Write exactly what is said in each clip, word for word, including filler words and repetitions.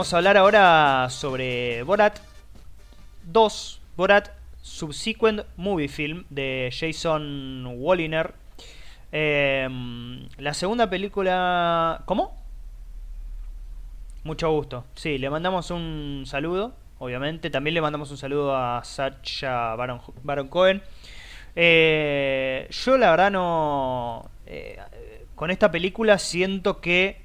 vamos a hablar ahora sobre Borat dos, Borat Subsequent Movie Film de Jason Woliner. Eh, la segunda película... ¿Cómo? Mucho gusto. Sí, le mandamos un saludo, obviamente. También le mandamos un saludo a Sacha Baron, Baron Cohen. Eh, yo la verdad no... Eh, con esta película siento que...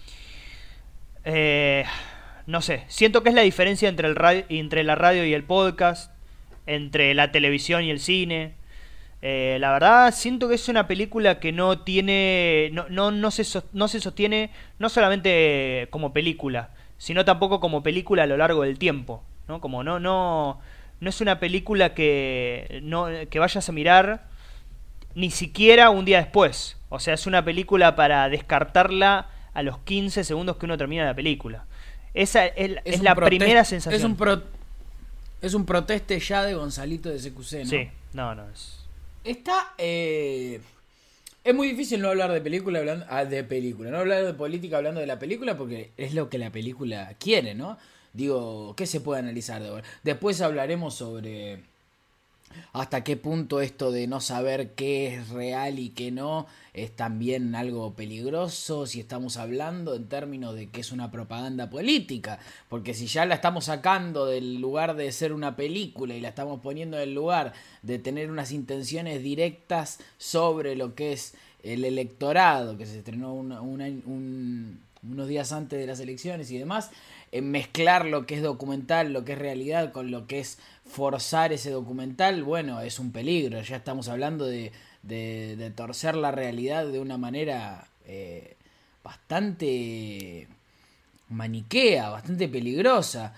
Eh, no sé, siento que es la diferencia entre, el radio, entre la radio y el podcast, entre la televisión y el cine. Eh, la verdad, siento que es una película que no tiene. No, no, no, se, so, no se sostiene no solamente como película, sino tampoco como película a lo largo del tiempo. ¿No? Como no, no. No es una película que, no, que vayas a mirar ni siquiera un día después. O sea, es una película para descartarla a los quince segundos que uno termina la película. Esa es, es, es la primera sensación. Es un, pro, es un proteste ya de Gonzalito de C Q C, ¿no? Sí, no, no es. Está. Eh, es muy difícil no hablar de película hablando. Ah, de película. No hablar de política hablando de la película porque es lo que la película quiere, ¿no? Digo, ¿qué se puede analizar? Después hablaremos sobre hasta qué punto esto de no saber qué es real y qué no es también algo peligroso si estamos hablando en términos de que es una propaganda política, porque si ya la estamos sacando del lugar de ser una película y la estamos poniendo en el lugar de tener unas intenciones directas sobre lo que es el electorado, que se estrenó una, una, un, unos días antes de las elecciones y demás, en mezclar lo que es documental, lo que es realidad con lo que es forzar ese documental, bueno, es un peligro. Ya estamos hablando de, de, de torcer la realidad de una manera eh, bastante maniquea, bastante peligrosa.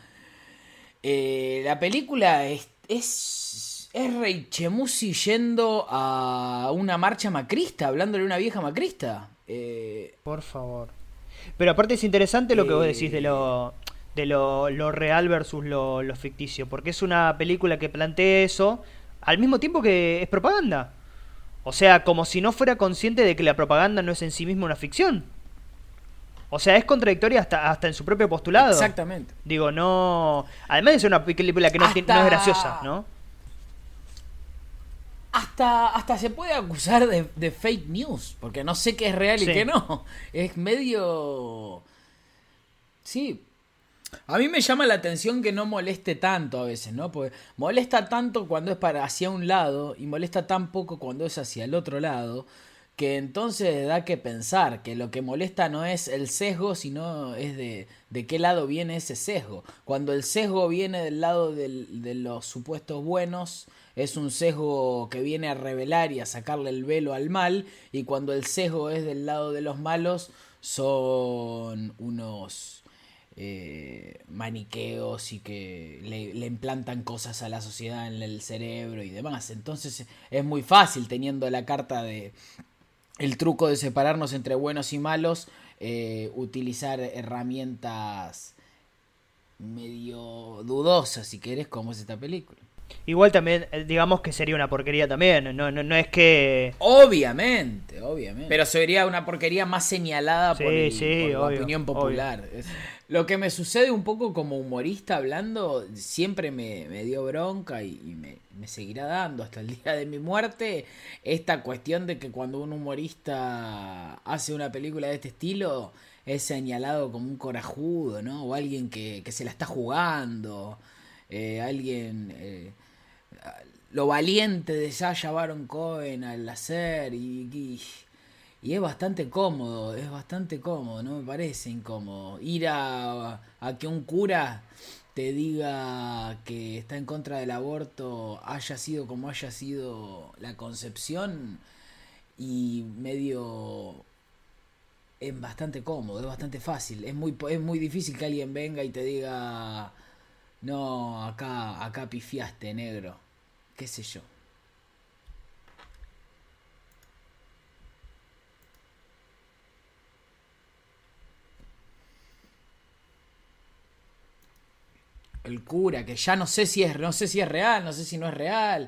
Eh, la película es, es, es Rey Chemusi yendo a una marcha macrista, hablándole a una vieja macrista. Eh, Por favor. Pero aparte es interesante lo que vos decís de lo de lo, lo real versus lo, lo ficticio, porque es una película que plantea eso al mismo tiempo que es propaganda. O sea, como si no fuera consciente de que la propaganda no es en sí misma una ficción. O sea, es contradictoria hasta, hasta en su propio postulado. Exactamente. Digo, no... Además de ser una película que no, hasta... no es graciosa, ¿no? Hasta, hasta se puede acusar de, de fake news, porque no sé qué es real y sí. qué no. Es medio... Sí. A mí me llama la atención que no moleste tanto a veces, ¿no? Porque molesta tanto cuando es para hacia un lado y molesta tan poco cuando es hacia el otro lado, que entonces da que pensar que lo que molesta no es el sesgo, sino es de, de qué lado viene ese sesgo. Cuando el sesgo viene del lado del, de los supuestos buenos, es un sesgo que viene a revelar y a sacarle el velo al mal, y cuando el sesgo es del lado de los malos, son unos... Eh, maniqueos y que le, le implantan cosas a la sociedad en el cerebro y demás. Entonces es muy fácil, teniendo la carta de el truco de separarnos entre buenos y malos, eh, utilizar herramientas medio dudosas, si querés, como es esta película. Igual también, digamos que sería una porquería también, no, no, no es que... Obviamente, obviamente. Pero sería una porquería más señalada sí, por, el, sí, por la obvio, opinión popular. Es, lo que me sucede un poco como humorista hablando, siempre me, me dio bronca y, y me, me seguirá dando hasta el día de mi muerte, esta cuestión de que cuando un humorista hace una película de este estilo, es señalado como un corajudo, ¿no? O alguien que, que se la está jugando, eh, alguien... Eh, lo valiente de Sacha Baron Cohen al hacer y, y, y es bastante cómodo, es bastante cómodo, no me parece incómodo ir a, a que un cura te diga que está en contra del aborto, haya sido como haya sido la concepción, y medio es bastante cómodo, es bastante fácil, es muy, es muy difícil que alguien venga y te diga no, acá, acá pifiaste, negro. Qué sé yo. El cura, que ya no sé si es, no sé si es real, no sé si no es real.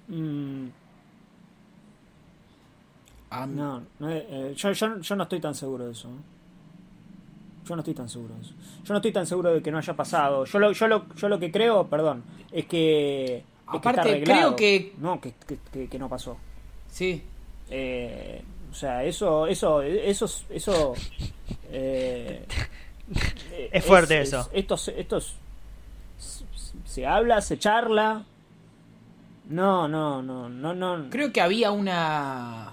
Mm, Um, no, no eh, yo, yo, yo no estoy tan seguro de eso. Yo no estoy tan seguro de eso. Yo no estoy tan seguro de que no haya pasado. Yo lo, yo lo, yo lo que creo, perdón, es que, es Aparte, que está arreglado. creo que... No, que, que, que, que no pasó. Sí. Eh, o sea, eso, eso, eso, eso... Eh, Es fuerte es, eso. Es, estos, estos... Se habla, se charla... No, no, no, no, no. Creo que había una...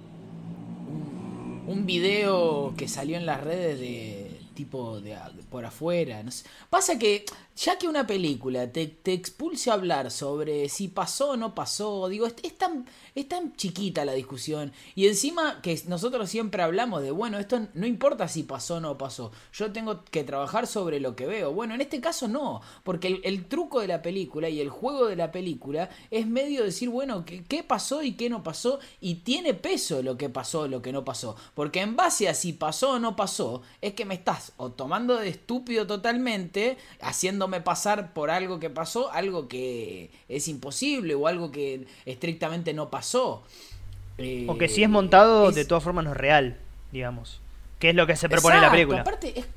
Un, un video que salió en las redes de tipo de, de por afuera. No sé. Pasa que ya que una película te, te expulse a hablar sobre si pasó o no pasó, digo, es, es tan... Es tan chiquita la discusión. Y encima que nosotros siempre hablamos de, bueno, esto no importa si pasó o no pasó. Yo tengo que trabajar sobre lo que veo. Bueno, en este caso no. Porque el, el truco de la película y el juego de la película es medio decir, bueno, ¿qué, qué pasó y qué no pasó? Y tiene peso lo que pasó o lo que no pasó. Porque en base a si pasó o no pasó, es que me estás o tomando de estúpido totalmente, haciéndome pasar por algo que pasó, algo que es imposible o algo que estrictamente no pasó. Eh, O que si es montado, es... de todas formas no es real, digamos. Que es lo que se propone Exacto, en la película. Aparte es...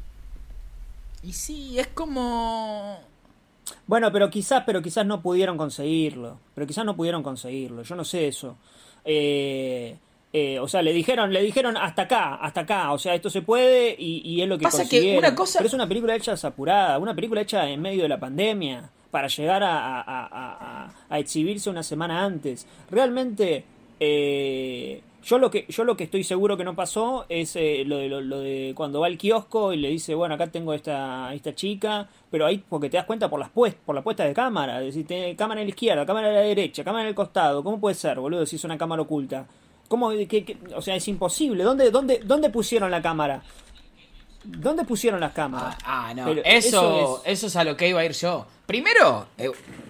Y sí, es como... Bueno, pero quizás, pero quizás no pudieron conseguirlo. Pero quizás no pudieron conseguirlo. Yo no sé eso. Eh, eh, o sea, le dijeron, le dijeron hasta acá, hasta acá. O sea, esto se puede y, y es lo que Pasa consiguieron. que una cosa... Pero es una película hecha apurada, una película hecha en medio de la pandemia, para llegar a, a, a, a, a exhibirse una semana antes. Realmente, eh, yo lo que yo lo que estoy seguro que no pasó es eh, lo, de, lo, lo de cuando va al kiosco y le dice, bueno, acá tengo esta esta chica, pero ahí porque te das cuenta por las puest, por la puesta de cámara, es decir, tiene cámara en la izquierda, cámara en la derecha, cámara en el costado. ¿Cómo puede ser, boludo, si es una cámara oculta? ¿Cómo? ¿Qué, qué? O sea, es imposible. ¿Dónde, dónde, dónde pusieron la cámara? ¿Dónde pusieron las cámaras? Ah, ah no, Pero eso, eso es... eso es a lo que iba a ir yo. Primero, eh,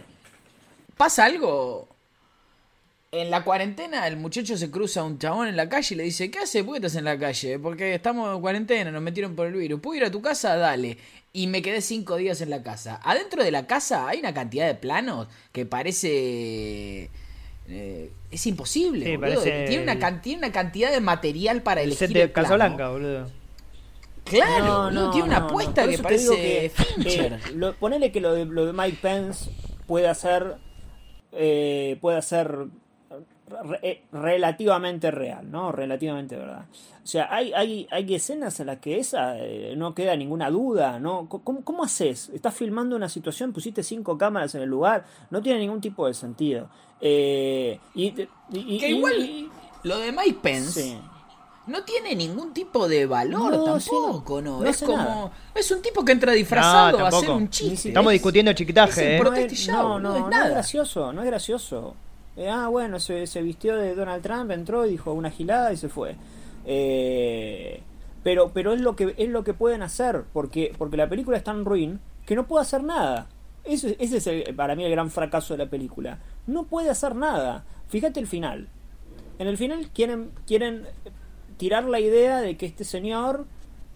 pasa algo. En la cuarentena el muchacho se cruza a un chabón en la calle y le dice, ¿qué hace? ¿Por qué estás en la calle? Porque estamos en cuarentena, nos metieron por el virus. ¿Puedo ir a tu casa? Dale. Y me quedé cinco días en la casa. Adentro de la casa hay una cantidad de planos que parece... Eh, es imposible, Sí, boludo. parece Tiene, una, can- tiene una cantidad de material para El elegir set de el plano. Casablanca, boludo. Claro, No, boludo, no, tiene una no, apuesta no. Por que eso te parece digo que, Fincher. eh, lo, ponele que lo de, lo de Mike Pence pueda ser eh, pueda ser re- relativamente real, ¿no? Relativamente verdad. O sea, hay, hay, hay escenas en las que esa eh, no queda ninguna duda, ¿no? ¿Cómo, ¿Cómo haces? Estás filmando una situación, pusiste cinco cámaras en el lugar, no tiene ningún tipo de sentido. Eh, y, y, Que y, igual y- lo de Mike Pence sí. no tiene ningún tipo de valor No, tampoco, sí, no. ¿no? No es hace como... nada. Es un tipo que entra disfrazado No, a hacer tampoco. un chiste. Estamos Es- discutiendo es chiquitaje, el eh. pro- No es, Proteste no, show, no, no es no nada. es gracioso, no es gracioso. Eh, ah, bueno, se, se vistió de Donald Trump, entró y dijo una gilada y se fue. Eh, pero pero es lo que es lo que pueden hacer, porque porque la película es tan ruin que no puede hacer nada. Ese, ese es el- para mí el gran fracaso de la película. No puede hacer nada. Fíjate el final. En el final quieren quieren tirar la idea de que este señor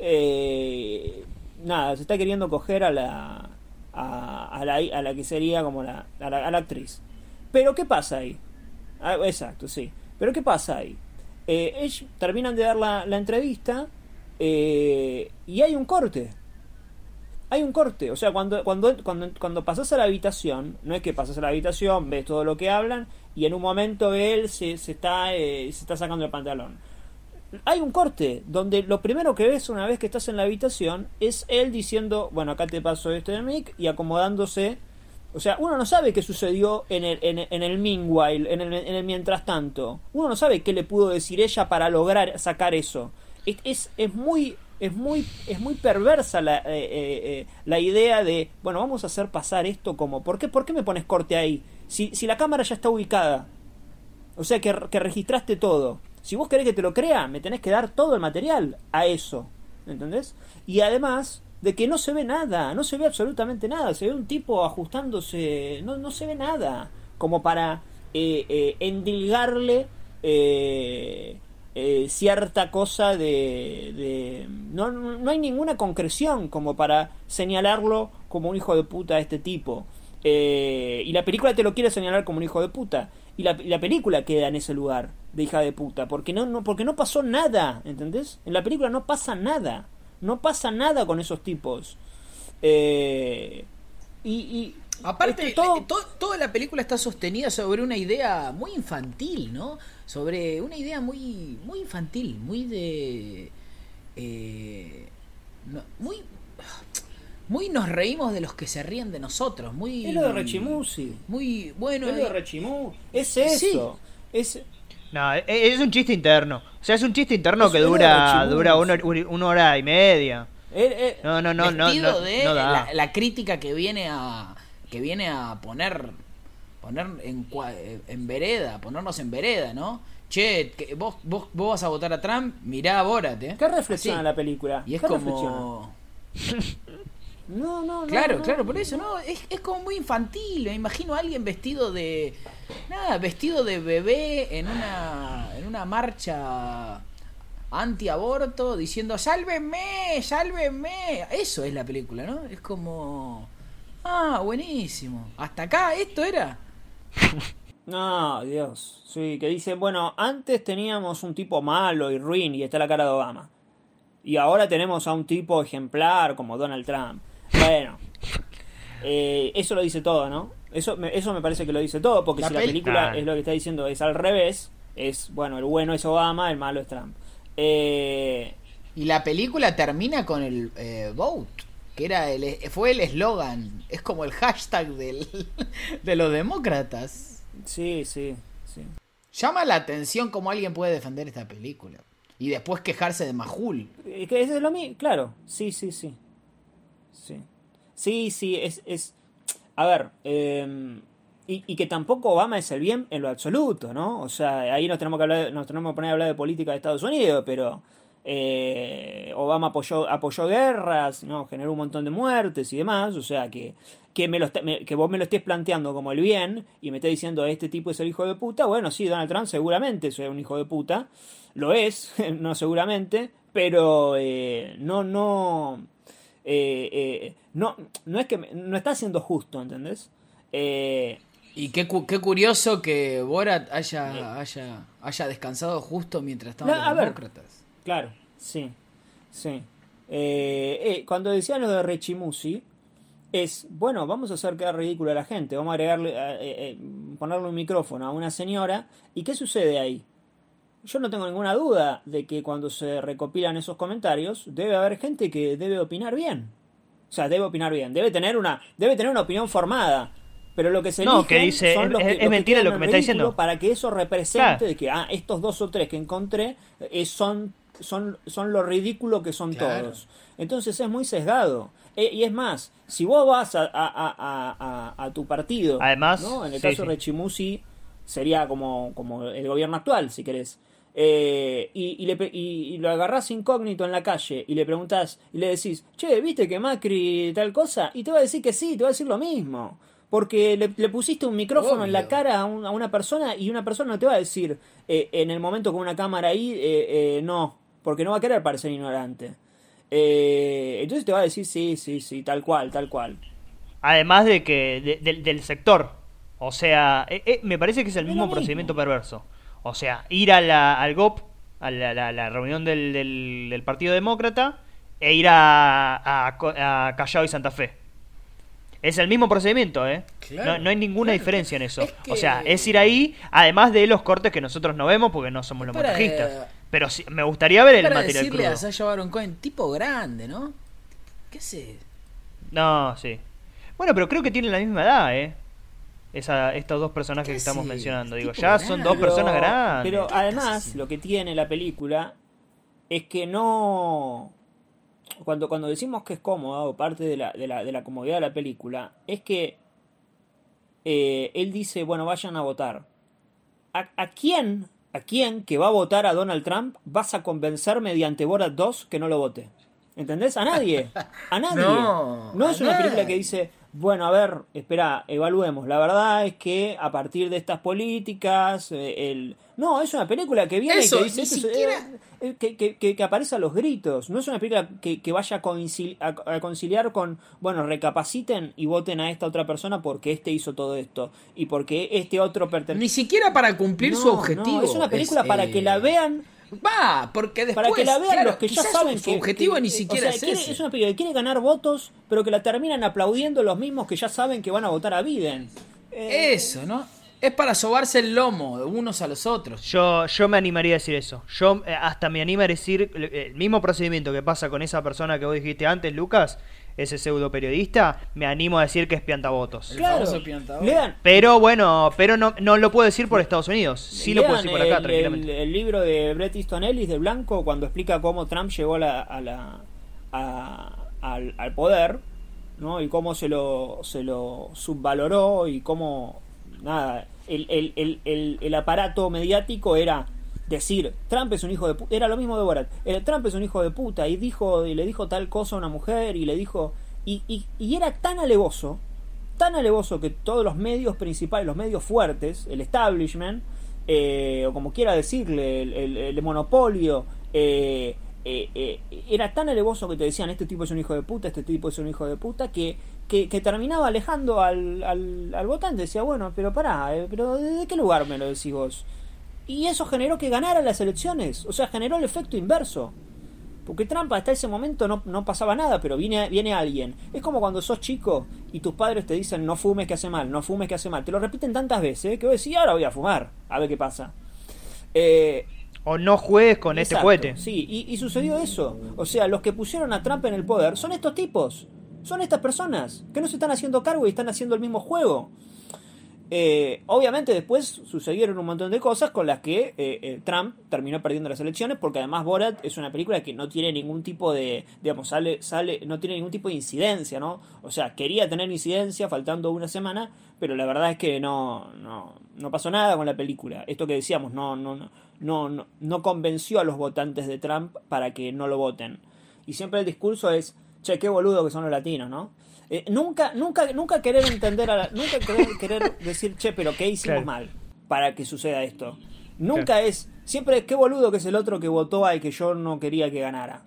eh, nada, se está queriendo coger a la a, a la a la que sería como la a la, a la actriz. Pero ¿qué pasa ahí? Ah, exacto, sí. Pero ¿qué pasa ahí? Eh, ellos terminan de dar la, la entrevista eh, y hay un corte. Hay un corte. O sea, cuando, cuando, cuando, cuando pasas a la habitación, no es que pasas a la habitación, ves todo lo que hablan y en un momento él se, se, está, eh, se está sacando el pantalón. Hay un corte donde lo primero que ves una vez que estás en la habitación es él diciendo, bueno, acá te paso este de mic y acomodándose. O sea, uno no sabe qué sucedió en el, en, en el meanwhile, en el, en el mientras tanto. Uno no sabe qué le pudo decir ella para lograr sacar eso. Es, es, es muy es muy es muy perversa la, eh, eh, la idea de, bueno, vamos a hacer pasar esto como, ¿por qué, por qué me pones corte ahí? Si, si la cámara ya está ubicada. O sea, que, que registraste todo. Si vos querés que te lo crea, me tenés que dar todo el material a eso. ¿Entendés? Y además de que no se ve nada, no se ve absolutamente nada, se ve un tipo ajustándose, no, no se ve nada, como para eh, eh, endilgarle eh, eh, cierta cosa de... de no, no hay ninguna concreción como para señalarlo como un hijo de puta a este tipo. Eh, y la película te lo quiere señalar como un hijo de puta. Y la, la película queda en ese lugar de hija de puta. Porque no, no, porque no pasó nada, ¿entendés? En la película no pasa nada. No pasa nada con esos tipos. Eh, y, y aparte, es todo... to, toda la película está sostenida sobre una idea muy infantil, ¿no? Sobre una idea muy, muy infantil, muy de... Eh, no, muy... Muy nos reímos de los que se ríen de nosotros, muy... Es lo de Rechimusi. Muy, bueno... Es lo de Rechimusi. Es eso. Sí. Es... No, es un chiste interno. O sea, es un chiste interno eso que dura dura una, una hora y media. Eh, eh, no, no, no, no, no, de no da. La, la crítica que viene a que viene a poner poner en, en vereda, ponernos en vereda, ¿no? Che, que vos, vos vos vas a votar a Trump, mirá a Borat, ¿eh? ¿Qué reflexiona la película? Y es ¿Qué como No, no, no. Claro, no, claro, por eso, ¿no? Es, es como muy infantil. Me imagino a alguien vestido de. Nada, vestido de bebé en una. En una marcha antiaborto diciendo: ¡Sálvenme! ¡Sálvenme! Eso es la película, ¿no? Es como. Ah, buenísimo. ¿Hasta acá esto era? No, Dios. Sí, que dicen: bueno, antes teníamos un tipo malo y ruin y está la cara de Obama. Y ahora tenemos a un tipo ejemplar como Donald Trump. Bueno, eh, eso lo dice todo, ¿no? Eso me, eso me parece que lo dice todo, porque la si la película ah. es lo que está diciendo, es al revés, es, bueno, el bueno es Obama, el malo es Trump. Eh, y la película termina con el eh, vote, que era el, fue el eslogan, es como el hashtag del, de los demócratas. Sí, sí, sí. Llama la atención cómo alguien puede defender esta película. Y después quejarse de Majul. Es que eso es lo mismo, claro, sí, sí, sí. Sí, sí, sí, es... es a ver, eh, y, y que tampoco Obama es el bien en lo absoluto, ¿no? O sea, ahí nos tenemos que hablar, nos tenemos que poner a hablar de política de Estados Unidos, pero eh, Obama apoyó, apoyó guerras, ¿no? Generó un montón de muertes y demás, o sea, que, que, me lo, me, que vos me lo estés planteando como el bien y me estés diciendo este tipo es el hijo de puta, bueno, sí, Donald Trump seguramente es un hijo de puta, lo es, no seguramente, pero eh, no, no... Eh, eh, no, no es que me, no está siendo justo, ¿entendés? Eh, y qué, qué curioso que Borat haya, eh, haya, haya descansado justo mientras estaban no, los demócratas. Ver, claro, sí, sí. Eh, eh, cuando decían lo de Rechimusi, es, bueno, vamos a hacer quedar ridículo a la gente, vamos a agregarle, eh, eh, ponerle un micrófono a una señora, ¿y qué sucede ahí? Yo no tengo ninguna duda de que cuando se recopilan esos comentarios debe haber gente que debe opinar bien. O sea, debe opinar bien, debe tener una, debe tener una opinión formada. Pero lo que se no, que dice, son los es, que, es los mentira que lo que me está diciendo. Para que eso represente claro. de que ah, estos dos o tres que encontré eh, son, son, son lo ridículo que son claro. todos. Entonces es muy sesgado. Eh, y es más, si vos vas a, a, a, a, a tu partido, además, ¿no? En el sí, caso sí. de Rechimusi sería como, como el gobierno actual, si querés. Eh, y, y, le, y, y lo agarrás incógnito en la calle y le preguntás y le decís, che, ¿viste que Macri tal cosa? Y te va a decir que sí, te va a decir lo mismo. Porque le, le pusiste un micrófono Obvio. en la cara a, un, a una persona y una persona no te va a decir eh, en el momento con una cámara ahí, eh, eh, no, porque no va a querer parecer ignorante. Eh, entonces te va a decir sí, sí, sí, tal cual, tal cual. Además de que de, de, del sector, o sea, eh, eh, me parece que es el mismo, mismo procedimiento perverso. O sea, ir a la, al G O P, a la, la, la reunión del, del, del Partido Demócrata, e ir a, a, a Callao y Santa Fe. Es el mismo procedimiento, ¿eh? Claro, no, no hay ninguna claro. diferencia en eso. Es que... O sea, es ir ahí, además de los cortes que nosotros no vemos porque no somos los para, montajistas. Eh, Pero sí, me gustaría ver el para material decirle crudo. A Sacha Baron Cohen, tipo grande, ¿no? ¿Qué sé? No, sí. Bueno, pero creo que tienen la misma edad, ¿eh? Esa, estos dos personajes que estamos sí, mencionando. Digo, ya grande. son dos pero, personas grandes. Pero además, lo que tiene la película es que no... Cuando, cuando decimos que es cómoda, o parte de la, de la, de la comodidad de la película, es que eh, él dice, bueno, vayan a votar. ¿A, a quién, a quién que va a votar a Donald Trump vas a convencer mediante Borat dos que no lo vote? ¿Entendés? A nadie. A nadie. No, no es una nadie. película que dice, bueno, a ver, espera, evaluemos. La verdad es que a partir de estas políticas, eh, el... No, es una película que viene Eso, y que dice... ni esto es- siquiera- eh, que, que, que, que aparece a los gritos. No es una película que, que vaya a, coincil- a, a conciliar con, bueno, recapaciten y voten a esta otra persona porque este hizo todo esto. Y porque este otro pertenece... Ni siquiera para cumplir su objetivo. es una película Es, para eh, que la vean... Va, porque después... Para que la vean claro, los que ya quizás saben su, que su objetivo que- ni o siquiera sea, es quiere- ese. es una película que quiere ganar votos, pero que la terminan aplaudiendo los mismos que ya saben que van a votar a Biden. Eh, Eso, ¿no? Es para sobarse el lomo de unos a los otros. Yo, yo me animaría a decir eso. Yo eh, hasta me animo a decir eh, el mismo procedimiento que pasa con esa persona que vos dijiste antes, Lucas, ese pseudo periodista, me animo a decir que es piantavotos. El Claro, famoso piantador. lean, Pero bueno, pero no, no lo puedo decir por Estados Unidos. Sí lo puedo lean decir por acá, el, tranquilamente. El, el libro de Bret Easton Ellis de Blanco cuando explica cómo Trump llegó a la, a la, a- al, al poder, ¿no? Y cómo se lo, se lo subvaloró y cómo, nada, el, el, el, el, el aparato mediático era decir, Trump es un hijo de puta, era lo mismo de Borat, el Trump es un hijo de puta y dijo y le dijo tal cosa a una mujer y le dijo, y, y, y era tan alevoso, tan alevoso que todos los medios principales, los medios fuertes, el establishment, eh, o como quiera decirle, el, el- el monopolio, eh, eh, eh, era tan alevoso que te decían este tipo es un hijo de puta, este tipo es un hijo de puta, que, que, que terminaba alejando al, al, al votante. Decía, bueno, pero pará, eh, pero ¿de qué lugar me lo decís vos? Y eso generó que ganara las elecciones, o sea, generó el efecto inverso. Porque Trump hasta ese momento no, no pasaba nada, pero viene, viene alguien. Es como cuando sos chico y tus padres te dicen no fumes que hace mal, no fumes que hace mal. Te lo repiten tantas veces, ¿eh? Que vos decís, ahora voy a fumar, a ver qué pasa. Eh, O no juegues con este exacto, cohete. Sí, y, y sucedió eso. O sea, los que pusieron a Trump en el poder son estos tipos. Son estas personas que no se están haciendo cargo y están haciendo el mismo juego. Eh, obviamente después sucedieron un montón de cosas con las que eh, eh, Trump terminó perdiendo las elecciones, porque además Borat es una película que no tiene ningún tipo de, digamos, sale, sale, no tiene ningún tipo de incidencia, ¿no? O sea, quería tener incidencia faltando una semana, pero la verdad es que no, no, no pasó nada con la película. Esto que decíamos, no, no, no, no, no, no convenció a los votantes de Trump para que no lo voten. Y siempre el discurso es, che, qué boludo que son los latinos, ¿no? Eh, nunca, nunca, nunca querer entender a la, nunca querer, querer decir, che, pero ¿qué hicimos Claro. mal para que suceda esto? Nunca Claro. es, siempre es qué boludo que es el otro que votó al que yo no quería que ganara.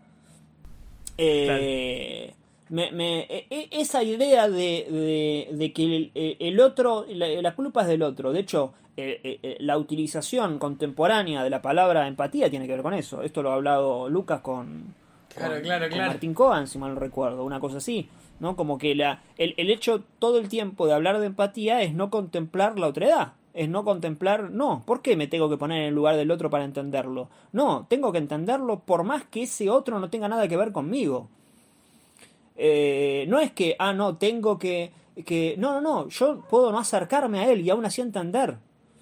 Eh, me, me, e- e- esa idea de, de, de que el, el otro, la, la culpa es del otro. De hecho, eh, eh, la utilización contemporánea de la palabra empatía tiene que ver con eso. Esto lo ha hablado Lucas con, Claro, con, claro, con claro. Martín Cohen, si mal no recuerdo, una cosa así, ¿no? Como que la, el, el hecho todo el tiempo de hablar de empatía es no contemplar la otredad, es no contemplar, no, ¿por qué me tengo que poner en el lugar del otro para entenderlo? No, tengo que entenderlo por más que ese otro no tenga nada que ver conmigo. Eh, no es que, ah, no, tengo que, que, no, no, no, yo puedo no acercarme a él y aún así entender.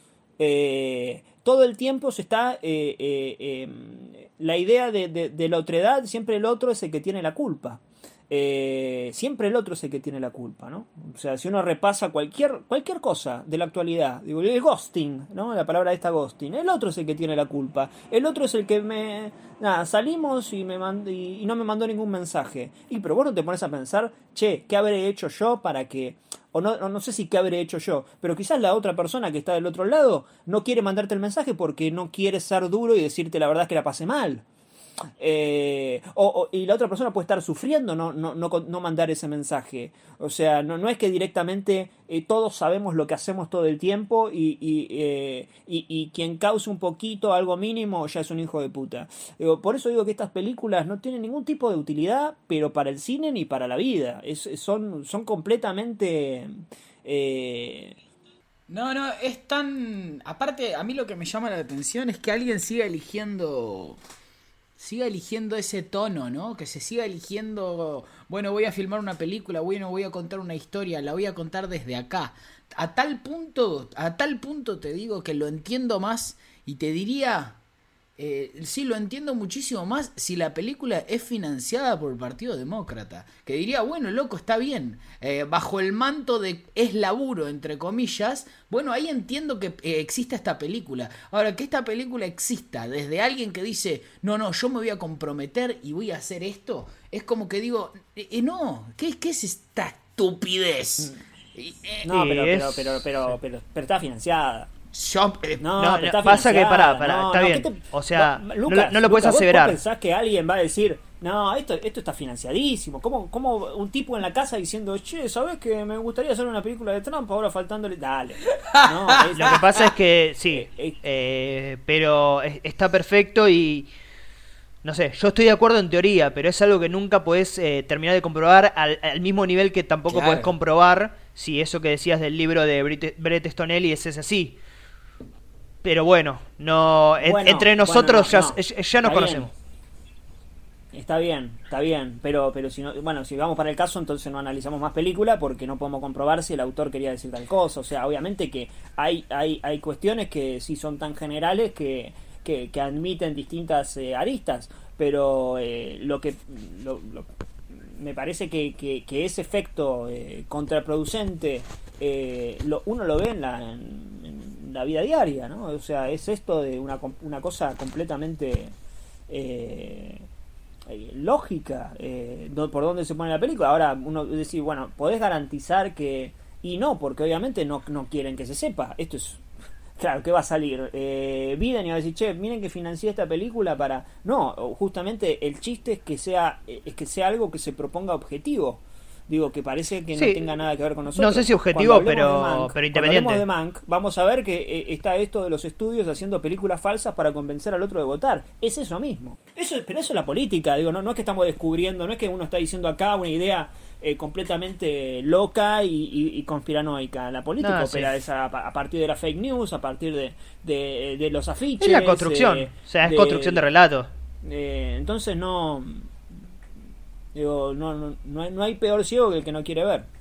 Eh, todo el tiempo se está eh, eh, eh, la idea de, de, de la otredad, siempre el otro es el que tiene la culpa. Eh, siempre el otro es el que tiene la culpa, ¿no? O sea, si uno repasa cualquier cualquier cosa de la actualidad, digo, el ghosting, ¿no? La palabra esta ghosting, el otro es el que tiene la culpa, el otro es el que me, nada, salimos y me mand y, y no me mandó ningún mensaje. Y pero vos no te pones a pensar, che, ¿qué habré hecho yo para que, o no, no sé si qué habré hecho yo, pero quizás la otra persona que está del otro lado no quiere mandarte el mensaje porque no quiere ser duro y decirte la verdad es que la pasé mal. Eh, o, o, y la otra persona puede estar sufriendo no, no, no, no mandar ese mensaje. O sea, no, no es que directamente eh, todos sabemos lo que hacemos todo el tiempo y, y, eh, y, y quien cause un poquito, algo mínimo, ya es un hijo de puta. Digo, por eso digo que estas películas no tienen ningún tipo de utilidad, pero para el cine ni para la vida. Es, son, son completamente... Eh, No, no, es tan... Aparte, a mí lo que me llama la atención es que alguien siga eligiendo... Siga eligiendo ese tono, ¿no? Que se siga eligiendo... Bueno, voy a filmar una película, bueno, voy a contar una historia, la voy a contar desde acá. A tal punto, a tal punto te digo que lo entiendo más y te diría... Eh, sí, lo entiendo muchísimo más si la película es financiada por el Partido Demócrata. Que diría, bueno, loco, está bien. Eh, bajo el manto de es laburo, entre comillas. Bueno, ahí entiendo que eh, exista esta película. Ahora, que esta película exista desde alguien que dice, no, no, yo me voy a comprometer y voy a hacer esto. Es como que digo, eh, eh, no, ¿qué, qué es esta estupidez. Y, eh, No, pero, es- pero, pero, pero, pero, pero está financiada. yo, eh, No, No, pero no, está pasa que financiada. pará, pará, No, está no, bien. ¿qué te- O sea, Vos, no lo- no lo puedes Lucas, ¿vos- aseverar. ¿Vos pensás que alguien va a decir, no, esto, esto está financiadísimo? ¿Cómo, ¿Cómo un tipo en la casa diciendo, che, ¿sabés que me gustaría hacer una película de Trump ahora faltándole? Dale. No, es- Lo que pasa es que sí, Eh, eh. eh, pero es- está perfecto y no sé, yo estoy de acuerdo en teoría, pero es algo que nunca podés eh, terminar de comprobar al, al mismo nivel que tampoco Claro. podés comprobar si eso que decías del libro de Brit- Bret Easton Ellis es así. Pero bueno, no en- Bueno, entre nosotros bueno, no, ya, no. ya- ya nos Está conocemos. bien. Está bien, está bien, pero pero si no, bueno, si vamos para el caso, entonces no analizamos más película porque no podemos comprobar si el autor quería decir tal cosa. O sea, obviamente que hay hay hay cuestiones que sí son tan generales que que, que admiten distintas eh, aristas, pero eh, lo que lo- lo- me parece que, que, que ese efecto eh, contraproducente eh, lo, uno lo ve en la, en, en la vida diaria, ¿no? O sea, es esto de una, com- una cosa completamente eh, eh, lógica, eh, do- por dónde se pone la película. Ahora uno decir, bueno, podés garantizar que... Y no, porque obviamente no, no quieren que se sepa. Esto es... Claro, ¿qué va a salir? Eh, Biden y va a decir, che, miren que financié esta película para... No, justamente el chiste es que sea es que sea algo que se proponga objetivo. Digo, que parece que Sí. no tenga nada que ver con nosotros. No sé si objetivo, Cuando hablemos pero- de Mank- pero independiente. Cuando hablemos de Mank, vamos a ver que eh, está esto de los estudios haciendo películas falsas para convencer al otro de votar. Es eso mismo. Eso, pero eso es la política. Digo, no, no es que estamos descubriendo, no es que uno está diciendo acá una idea eh, completamente loca y, y- y conspiranoica. La política No, opera sí. esa, a, a partir de la fake news, a partir de, de, de los afiches. Es la construcción, eh, o sea, es construcción de relato. eh, entonces no... Digo, no, no, no, hay, no hay peor ciego que el que no quiere ver.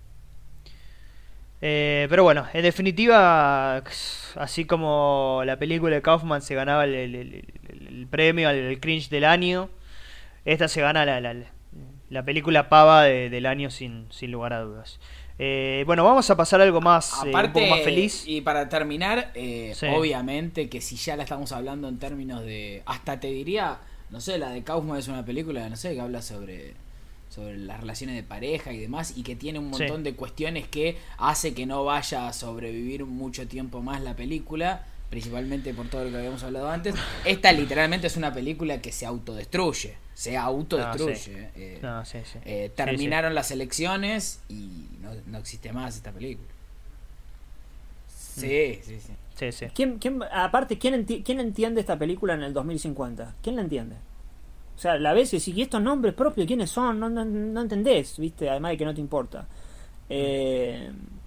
Eh, pero bueno, en definitiva, así como la película de Kaufman se ganaba el, el- el- el premio al el cringe del año, esta se gana la, la, la película pava de- del año sin, sin lugar a dudas. Eh, bueno, vamos a pasar a algo más, eh, un aparte, poco más feliz. y para terminar, eh, Sí. obviamente que si ya la estamos hablando en términos de... Hasta te diría, no sé, la de Kaufman es una película, no sé, que habla sobre... sobre las relaciones de pareja y demás, y que tiene un montón Sí. de cuestiones que hace que no vaya a sobrevivir mucho tiempo más la película, principalmente por todo lo que habíamos hablado antes. Esta literalmente es una película que se autodestruye, se autodestruye. No, sí. Eh, No, sí, sí. eh, Sí, terminaron las elecciones y no, no existe más esta película. Sí, sí, sí. Sí, sí. ¿Quién, quién, aparte, ¿quién, enti- ¿quién entiende esta película en el dos mil cincuenta? ¿Quién la entiende? O sea, la ves y decís, ¿y estos nombres propios quiénes son? No, no, no entendés, ¿viste? Además de que no te importa. Eh,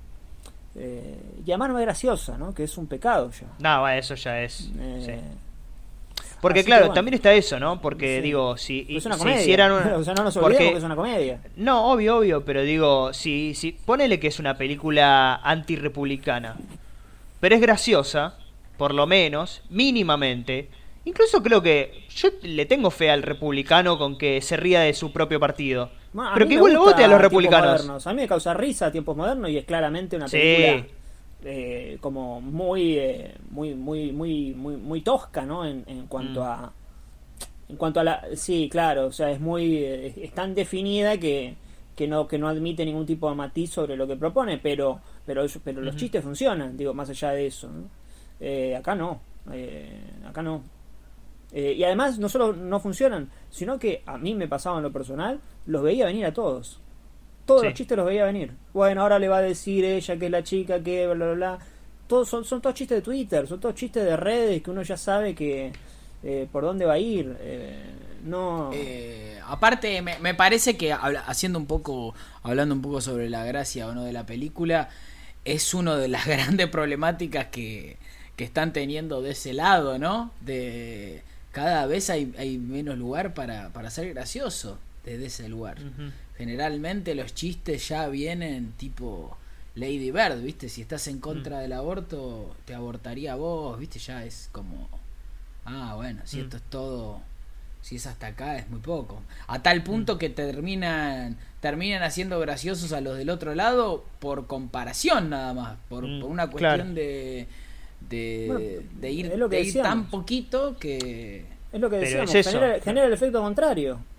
eh, y además no es graciosa, ¿no? Que es un pecado ya. No, bueno, eso ya es. Eh, Sí. Porque así claro, que bueno. también está eso, ¿no? Porque Sí. digo, si Pero es una si comedia. hicieran una- O sea, no nos porque- olvidemos que es una comedia. No, obvio, obvio, pero digo, si, si ponele que es una película antirrepublicana, pero es graciosa, por lo menos, mínimamente. Incluso creo que yo le tengo fe al republicano con que se ría de su propio partido. Bueno, a pero mí que me igual lo gusta vote a los Tiempos republicanos. Modernos. A mí me causa risa Tiempos Modernos y es claramente una Sí. película eh, como muy, eh, muy, muy, muy, muy, muy tosca, ¿no? En, en cuanto Mm. a, en cuanto a la, sí, claro, o sea, es muy, eh, es tan definida que, que no, que no admite ningún tipo de matiz sobre lo que propone, pero, pero, eso- pero los Ujú. chistes funcionan, digo, más allá de eso, ¿no? Eh, acá no, eh, acá no. Eh, y además no solo no funcionan, sino que a mí me pasaba en lo personal, los veía venir a todos. Todos Sí. los chistes los veía venir. Bueno, ahora le va a decir ella que es la chica, que bla, bla, bla. Todos son, son todos chistes de Twitter, son todos chistes de redes que uno ya sabe que eh, por dónde va a ir. Eh, no. Eh, aparte, me, me parece que habla- haciendo un poco, hablando un poco sobre la gracia o no de la película, es una de las grandes problemáticas que, que están teniendo de ese lado, ¿no? De cada vez hay, hay menos lugar para, para ser gracioso desde ese lugar. Ujú. Generalmente los chistes ya vienen tipo Lady Bird, ¿viste? Si estás en contra Mm. del aborto, te abortaría vos, ¿viste? Ya es como, ah, bueno, si Mm. esto es todo, si es hasta acá es muy poco. A tal punto Mm. que terminan terminan haciendo graciosos a los del otro lado por comparación nada más, por, Mm, por una claro. cuestión de de, Bueno, de ir, es lo que de ir decíamos. tan poquito que... Es lo que Pero decíamos, es eso. genera, genera el efecto contrario.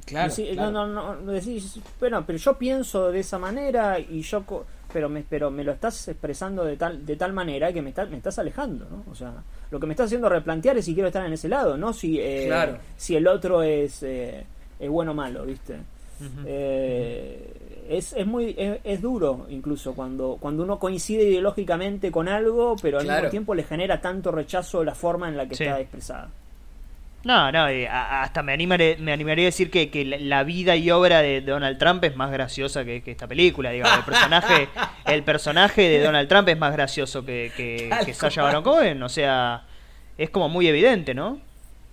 Claro, Decí- claro. No, no, no, decís, bueno, pero yo pienso de esa manera y yo, co- pero me, pero me lo estás expresando de tal, de tal manera que me, está, me estás alejando, ¿no? O sea, lo que me estás haciendo replantear es si quiero estar en ese lado, no si, eh, Claro. si el otro es, eh, es bueno o malo, ¿viste? Ujú. Eh, es, es muy es, es duro incluso cuando cuando uno coincide ideológicamente con algo, pero al Claro. mismo tiempo le genera tanto rechazo la forma en la que Sí. está expresada. No, no, y a- hasta me animaré, me animaría a decir que, que la- la vida y obra de Donald Trump es más graciosa que, que esta película, digamos. El personaje, el personaje de Donald Trump es más gracioso que, que, Tal que Sacha cual. Baron Cohen, o sea, es como muy evidente, ¿no?